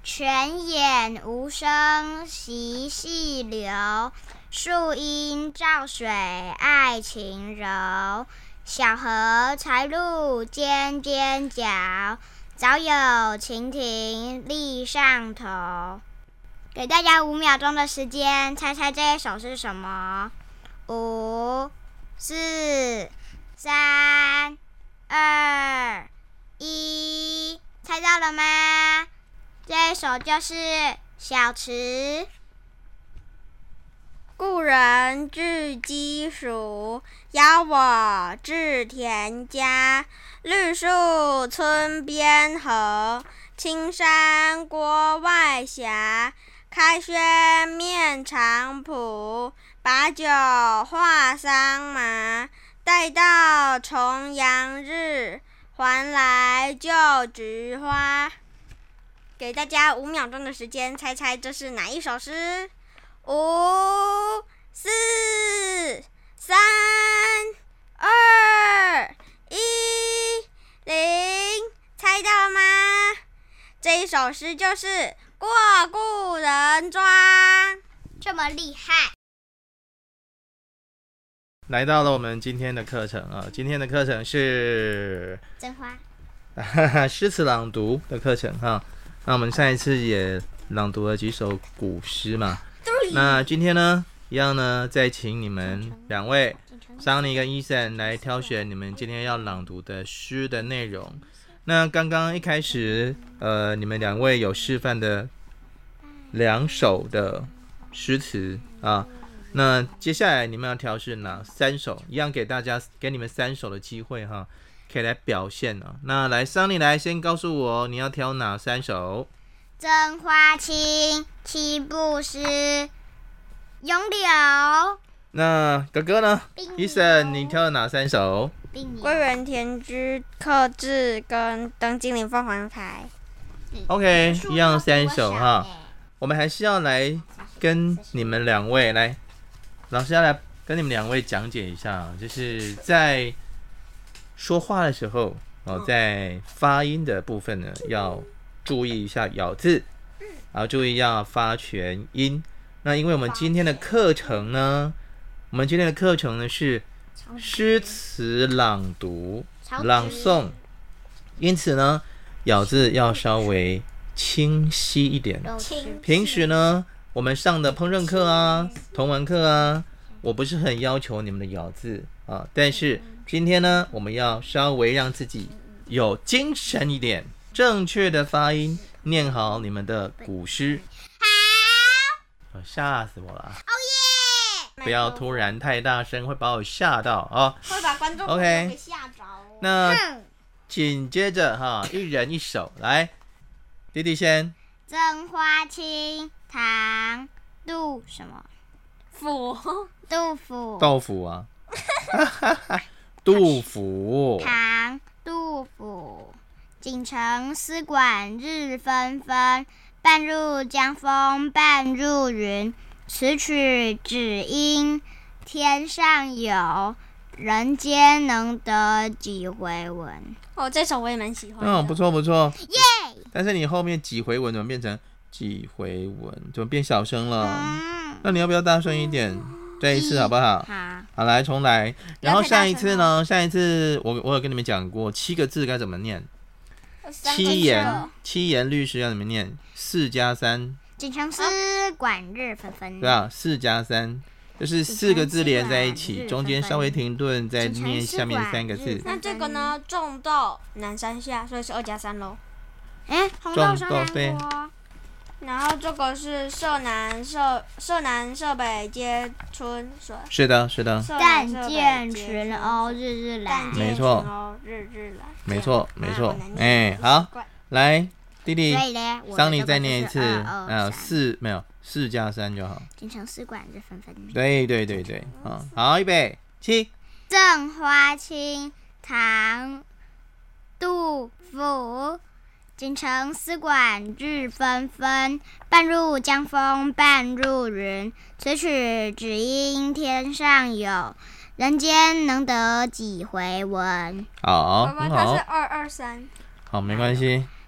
泉眼无声惜细流，树阴照水爱晴柔。小荷才露尖尖角，早有蜻蜓立上头。给大家5秒钟的时间，猜猜这一首是什么？5、4、3、2、1，猜到了吗？这一首就是小池。 故人具鸡黍，邀我至田家。绿树村边合，青山郭外斜。开轩面场圃，把酒话桑麻。待到重阳日，还来就菊花。给大家5秒钟的时间，猜猜这是哪一首诗？5、4、3、2、1，猜到了吗？这一首诗就是《过故人庄》。 这么厉害！ 来到了我们今天的课程啊，今天的课程是真花诗词朗读的课程哈。那我们上一次也朗读了几首古诗嘛，那今天呢，一样呢，再请你们2位桑尼跟伊森来挑选你们今天要朗读的诗的内容。那刚刚一开始，你们2位有示范的2首的诗词啊。那接下来你们要挑是哪3首？一样给你们3首的机会哈，可以来表现哦。那来，桑尼来先告诉我你要挑哪3首？ 真花青，七步诗，咏柳。 那哥哥呢？伊森，你挑了哪3首？ 归园田居、客至跟登金陵凤凰台。 OK， 一样3首哈。我们还是要来跟你们2位来，老师要来跟你们2位讲解一下，就是在说话的时候在发音的部分呢，要注意一下咬字，然后注意要发全音。那因为我们今天的课程呢是诗词朗读、朗诵，因此呢，咬字要稍微清晰一点。平时呢，我们上的烹饪课啊、童文课啊，我不是很要求你们的咬字啊，但是今天呢，我们要稍微让自己有精神一点，正确的发音，念好你们的古诗。好，吓死我了！不要突然太大声，会把我吓到啊！ 会把观众给吓着。 那紧接着哈，一人一首，来，弟弟先。 真花青，唐，杜什么？杜甫。 豆腐啊。杜甫。 唐，杜甫。锦城丝管日纷纷，半入江风半入云。此曲只应天上有，人间能得几回闻。 这首我也蛮喜欢的。 不错不错。 耶！ 但是你后面几回闻怎么变成几回闻？怎么变小声了？那你要不要大声一点？再一次好不好？好，来重来。然后上一次呢？上一次我有跟你们讲过7个字该怎么念。七言律诗要怎么念？4加3。 锦城丝管日纷纷。 对啊，4加3就是4个字连在一起，中间稍微停顿，再念下面3个字。 那这个呢？种豆南山下，所以是2加3咯。 红豆生南国。 然后这个是社南社北皆春水。 是的。 但见群鸥日日来。 没错。没错。好，来。弟弟，桑尼再念一次，4加3就好。 锦城丝管日纷纷。 对，好，预备起。 赠花青，唐，杜甫。锦城丝管日纷纷，半入江风半入云。此曲只应天上有，人间能得几回闻。 好，很好。 它是223。 好，没关系。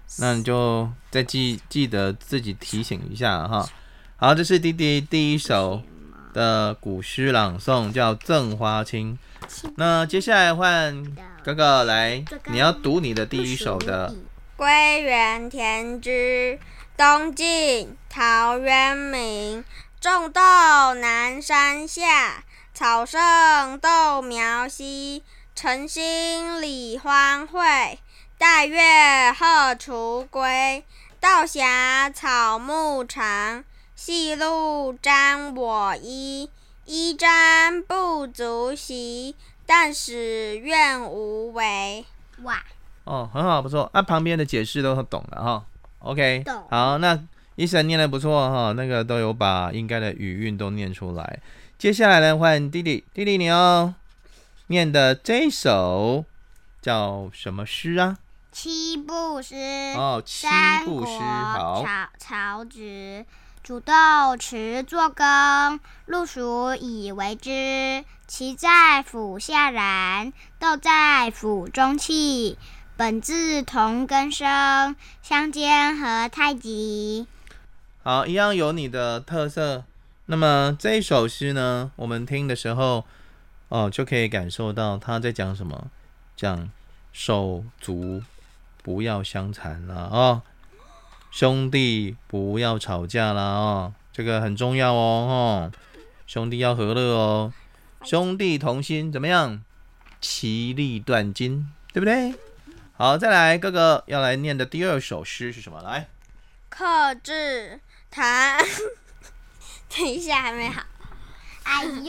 那你就再记得自己提醒一下哈。好，这是弟弟第一首的古诗朗诵，叫《赠花卿》。那接下来换哥哥来，你要读你的第一首的。 归园田居，东晋，陶渊明。种豆南山下，草盛豆苗稀。晨兴理荒秽，带月荷锄归。道狭草木长，细露沾我衣。衣沾不足惜，但使愿无违。 哇！ 哦，很好，不错。旁边的解释都懂了哈。OK， 好，那医生念得不错哈，那个都有把应该的语韵都念出来。接下来呢，换弟弟，弟弟你要念的这一首叫什么诗啊？ 七步诗。 哦，七步诗，好。 曹植。煮豆持作羹，漉菽以为汁。萁在釜下燃，豆在釜中泣。本自同根生，相煎何太急。 好，一样有你的特色。那么这一首诗呢，我们听的时候，就可以感受到他在讲什么，讲手足不要相残了兄弟不要吵架啦这个很重要兄弟要和乐兄弟同心怎么样？其利断金，对不对？好，再来，哥哥要来念的第二首诗是什么？来， 客至唐。等一下，还没好。 哎呦！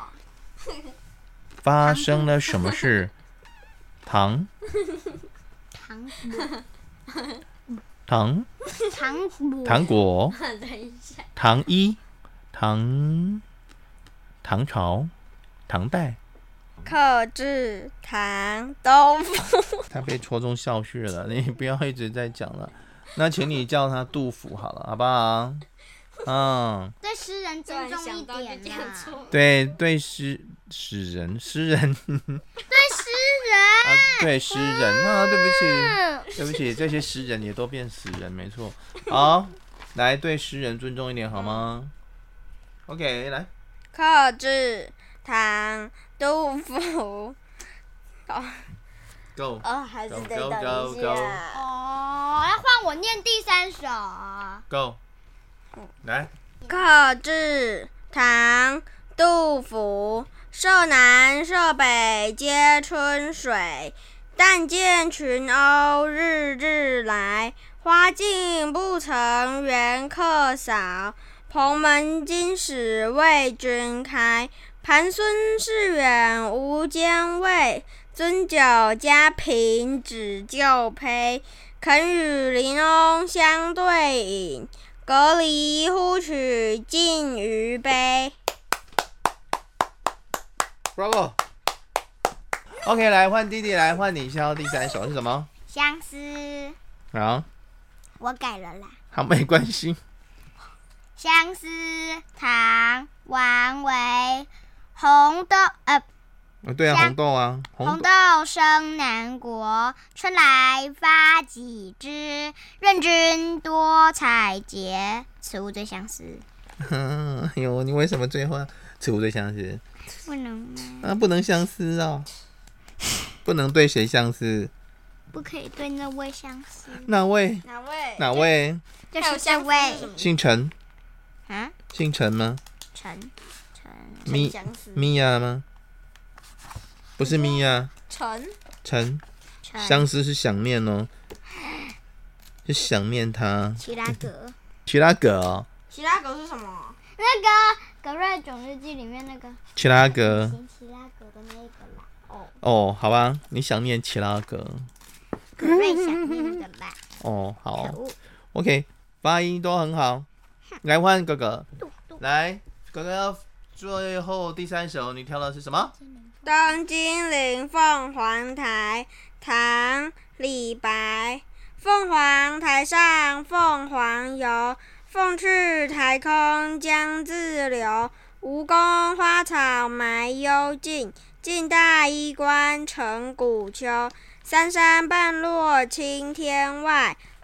发生了什么事？唐果，唐一，唐朝，唐代。 客至唐东府。 他被戳中校训了，你不要一直在讲了。那请你叫他杜甫好了，好不好？ 对诗人尊重一点对诗人对诗人对不起，这些诗人也都变死人，没错。好，来对诗人尊重一点好吗？OK， 来。 客至唐杜甫。 Go。 还是得等一下。 要换我念第三首。 Go。来。 客至唐杜甫。舍南舍北皆春水，但见群鸥日日来。花径不曾缘客扫，蓬门今始为君开。盘孙市远无兼味，樽酒家贫只就醅。肯与邻翁相对饮，隔篱呼取尽余杯。 Bravo。 OK， 来换弟弟，来换你挑第三首是什么？ 相思。 好， 我改了啦。 好，没关系。 相思，唐·王维。红豆， 对啊，红豆啊。 红豆生南国，春来发几枝。愿君多采撷，此物最相思。 你为什么最后此物最相思？ 不能吗？ 不能相思哦。不能对谁相思？ 不可以对那位相思。 哪位？ 就是这位。 姓陈。姓陈吗？ 陈。 米娅吗？不是米娅。陈。相思是想念是想念他。 齐拉格。 齐拉格是什么？ 那个格瑞囧日记里面那个。 齐拉格。 齐拉格的那个啦。 好吧，你想念齐拉格。 格瑞想念的啦。 好。OK， 发音都很好。来换哥哥。来，哥哥最后第三首你挑的是什么？ 东京临凤凰台，唐·李白。凤凰台上凤凰游，凤去台空江自流。吴宫花草埋幽径，晋大衣冠成古丘。三山半落青天外，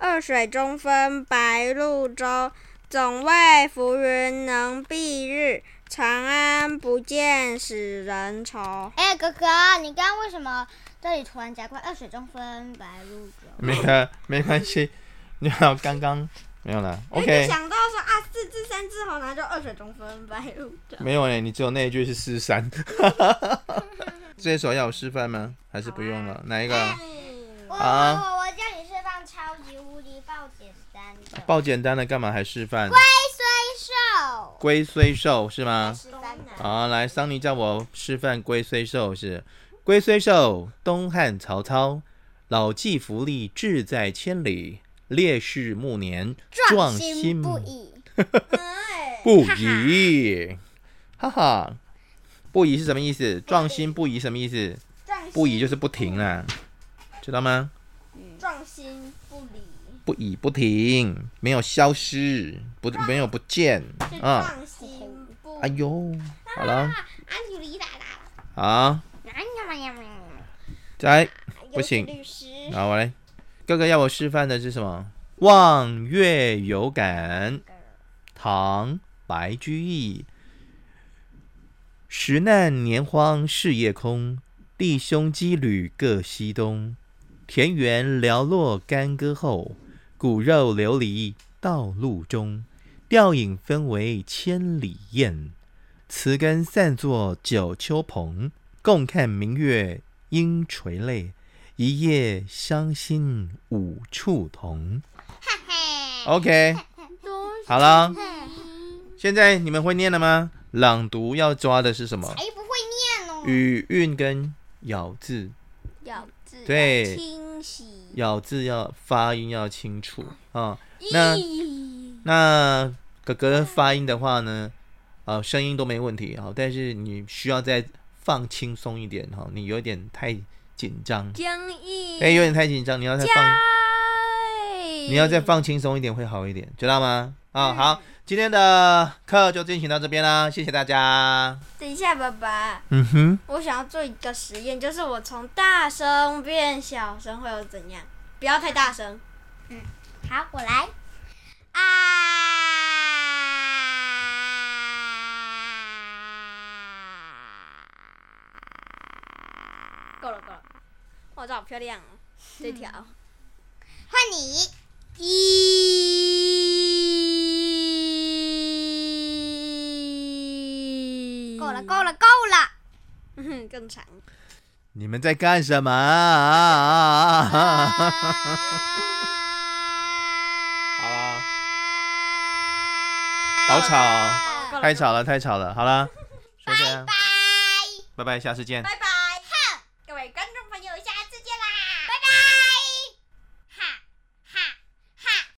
二水中分白鹭洲。总谓浮云能蔽日，长安不见使人愁。 哥哥，你刚刚为什么这里突然加快二水中分白鹭洲？ 没关系，你好，刚刚没有啦。OK。 就想到说啊，四至三只猴，然后就二水中分白鹭洲。 没有你只有那一句是四三。这首要有示范吗？还是不用了？哪一个？ 我叫你示范超级无敌爆简单的。 爆简单的干嘛还示范？ 龟虽寿。 龟虽寿是吗？ 示范的。 好，来，桑尼叫我示范龟虽寿是。龟虽寿，东汉曹操，老骥伏枥，志在千里。烈士暮年，壮心不已。 不已，哈哈，不已是什么意思？壮心不已什么意思？不已就是不停啦，知道吗？ 壮心不离， 不已不停，没有消失，没有不见啊。 壮心不。 哎呦，好了， 安吉丽来了。 好，再不行。好，我来，哥哥要我示范的是什么？望月有感，唐·白居易。时难年荒事业空，弟兄羁旅各西东。田园寥落干戈后，骨肉流离道路中。吊影分为千里雁，词根散作九秋蓬。共看明月应垂泪，一夜相心五处同。OK， 好了，现在你们会念了吗？朗读要抓的是什么？ 谁不会念哦？ 语韵跟咬字。 咬字对， 清晰， 咬字要发音要清楚啊。那哥哥发音的话呢，声音都没问题哈，但是你需要再放轻松一点哈，你有点太紧张， 僵硬， 有点太紧张，你要再放轻松一点会好一点，知道吗？好，今天的课就进行到这边啦，谢谢大家。 等一下，爸爸，我想要做一个实验，就是我从大声变小声会有怎样？不要太大声。 好，我来。 够了，哇，这好漂亮哦，这条。 换你。够了。 更长。 你们在干什么？好了，好吵，太吵了。好了，说这样，拜拜，下次见。 拜拜。